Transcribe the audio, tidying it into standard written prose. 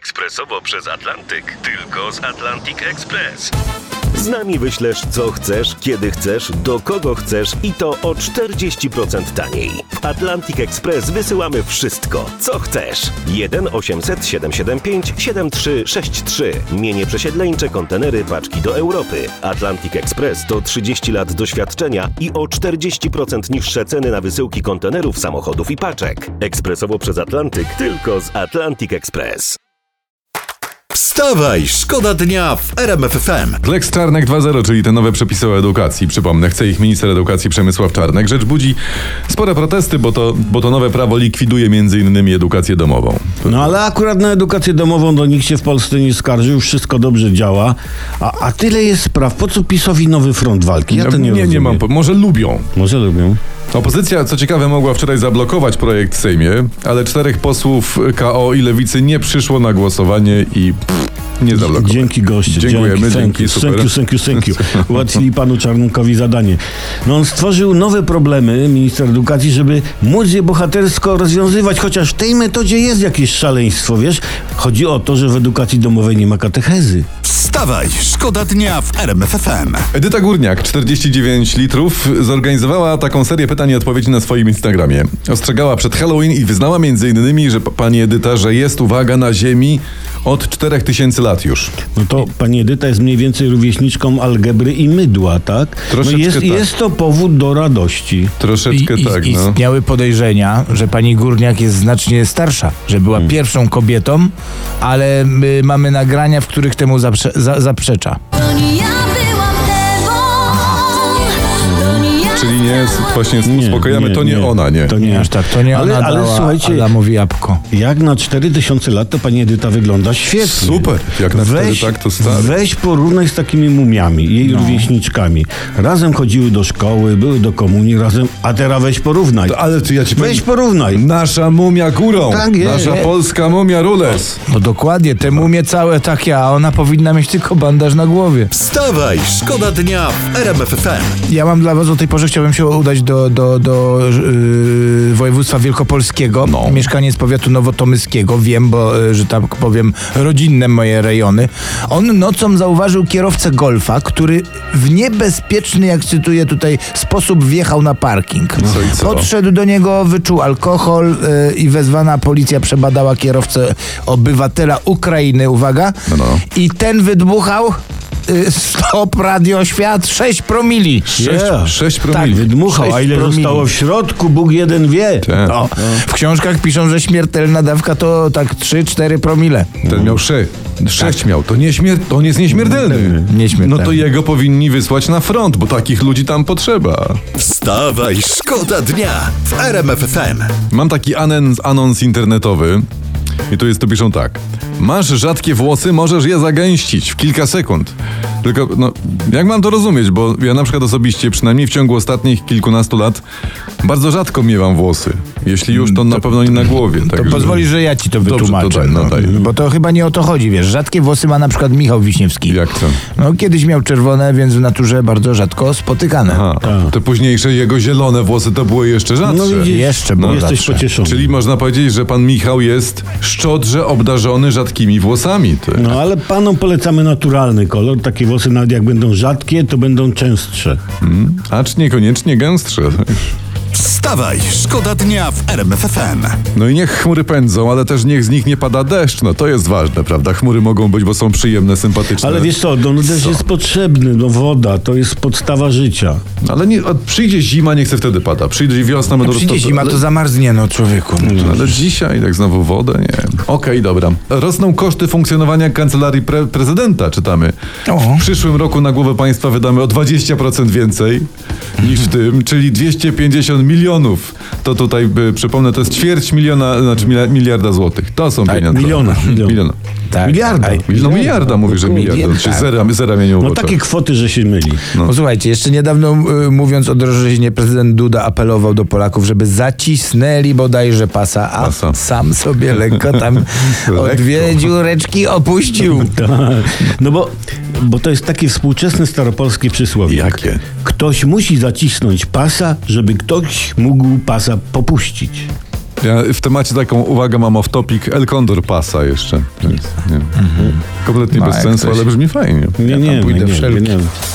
Ekspresowo przez Atlantyk. Tylko z Atlantic Express. Z nami wyślesz co chcesz, kiedy chcesz, do kogo chcesz i to o 40% taniej. W Atlantic Express wysyłamy wszystko, co chcesz. 1 800 775 7363. Mienie przesiedleńcze, kontenery, paczki do Europy. Atlantic Express to 30 lat doświadczenia i o 40% niższe ceny na wysyłki kontenerów, samochodów i paczek. Ekspresowo przez Atlantyk, tylko z Atlantic Express. Wstawaj, szkoda dnia w RMF FM. Lex Czarnek 2.0, czyli te nowe przepisy o edukacji. Przypomnę, chce ich minister edukacji Przemysław Czarnek. Rzecz budzi spore protesty, bo to nowe prawo likwiduje m.in. edukację domową. No ale akurat na edukację domową do nikt się w Polsce nie skarży, już wszystko dobrze działa. A tyle jest spraw. Po co PiS-owi nowy front walki? Ja to nie rozumiem. Nie mam. Może lubią. Może lubią. Opozycja, co ciekawe, mogła wczoraj zablokować projekt w Sejmie, ale 4 posłów KO i Lewicy nie przyszło na głosowanie i nie zablokowali. Dzięki goście. Dziękujemy, dzięki, super. Thank you. Ułatwili panu Czarnkowi zadanie. No on stworzył nowe problemy, minister edukacji, żeby móc je bohatersko rozwiązywać, chociaż w tej metodzie jest jakieś szaleństwo, wiesz? Chodzi o to, że w edukacji domowej nie ma katechezy. Wstawaj, szkoda dnia w RMF FM. Edyta Górniak, 49 litrów, zorganizowała taką serię pytań i odpowiedzi na swoim Instagramie. Ostrzegała przed Halloween i wyznała m.in., że pani Edyta, że jest, uwaga, na ziemi od 4000 lat już. No to pani Edyta jest mniej więcej rówieśniczką algebry i mydła, tak? Troszeczkę no tak. Jest to powód do radości. Troszeczkę tak, no. Istniały podejrzenia, że pani Górniak jest znacznie starsza, że była pierwszą kobietą, ale my mamy nagrania, w których temu zaprzecza. Czyli nie, właśnie uspokajamy, to nie ona, nie. To nie Aż tak, to nie ona ale dała słuchajcie, Adamowi jabłko. Jak na 4000 lat to pani Edyta wygląda świetnie. Super, jak na wtedy tak to stary. Weź porównaj z takimi mumiami, jej rówieśniczkami. Razem chodziły do szkoły, były do komunii razem, a teraz weź porównaj. Ale ty, ja ci powiem, Weź porównaj. nasza mumia górą, Tak jest. nasza polska mumia rules. No dokładnie, te mumie całe takie, a ona powinna mieć tylko bandaż na głowie. Wstawaj, szkoda dnia w RMF FM. Ja mam dla was o tej porze, chciałbym się udać do województwa wielkopolskiego. Mieszkaniec powiatu nowotomyskiego, wiem, bo, że tak powiem, rodzinne moje rejony. On nocą zauważył kierowcę Golfa, który w niebezpieczny, jak cytuję tutaj, sposób wjechał na parking. Co? Podszedł do niego, wyczuł alkohol i wezwana policja przebadała kierowcę, obywatela Ukrainy, uwaga, i ten wydmuchał stop, radio, świat, 6 promili. 6 Tak, promili. wydmuchał, a ile zostało w środku, Bóg jeden wie. Tak. No, w książkach piszą, że śmiertelna dawka to tak 3-4 promile. Ten miał 6 miał. To on jest nieśmiertelny. Nieśmiertelny. No to jego powinni wysłać na front, bo takich ludzi tam potrzeba. Wstawaj, szkoda dnia w RMF FM. Mam taki anons internetowy i tu piszą tak. Masz rzadkie włosy, możesz je zagęścić w kilka sekund. Tylko, jak mam to rozumieć? Bo ja na przykład osobiście, przynajmniej w ciągu ostatnich kilkunastu lat, bardzo rzadko miewam włosy. Jeśli już, to na pewno nie na głowie. To pozwolisz, że ja ci to wytłumaczę. Dobrze, daj. Bo to chyba nie o to chodzi, wiesz. Rzadkie włosy ma na przykład Michał Wiśniewski. Jak to? No, kiedyś miał czerwone, więc w naturze bardzo rzadko spotykane. Aha, te późniejsze jego zielone włosy to były jeszcze rzadsze. No widzisz, Jeszcze było jesteś rzadsze. pocieszony. Czyli można powiedzieć, że pan Michał jest szczodrze obdarzony rzadkimi włosami. No ale panom polecamy naturalny kolor. Takie włosy nawet jak będą rzadkie, to będą częstsze. Acz niekoniecznie gęstsze. Wstawaj, szkoda dnia w RMF FM. No i niech chmury pędzą, ale też niech z nich nie pada deszcz. No to jest ważne, prawda? Chmury mogą być, bo są przyjemne, sympatyczne. Ale wiesz co, deszcz jest potrzebny, woda, to jest podstawa życia. Ale przyjdzie zima, niech se wtedy pada. Przyjdzie wiosna, będą Przyjdzie zima, to zamarznie, człowieku. Ale dzisiaj tak znowu wodę? Nie. Okej, dobra. Rosną koszty funkcjonowania kancelarii prezydenta, czytamy. W przyszłym roku na głowę państwa wydamy o 20% więcej niż w tym, czyli 250 milionów. To tutaj, przypomnę, to jest miliarda złotych. To są pieniądze. Miliona. Tak. Miliarda. Miliarda, mówi, że miliarda. Czy zera mnie nie No uwocza. takie kwoty, że się myli. Posłuchajcie, jeszcze niedawno mówiąc o drożyźnie, prezydent Duda apelował do Polaków, żeby zacisnęli bodajże pasa, sam sobie lekko tam o 2 dziureczki opuścił. Tak. No bo to jest takie współczesne staropolskie przysłowie. Jakie? Ktoś musi zacisnąć pasa, żeby ktoś mógł pasa popuścić. Ja w temacie taką uwagę mam off topic, El Condor pasa jeszcze. To jest, nie. Kompletnie No, bez jak sensu, ktoś- ale brzmi fajnie. Nie, pójdę wszelki. nie.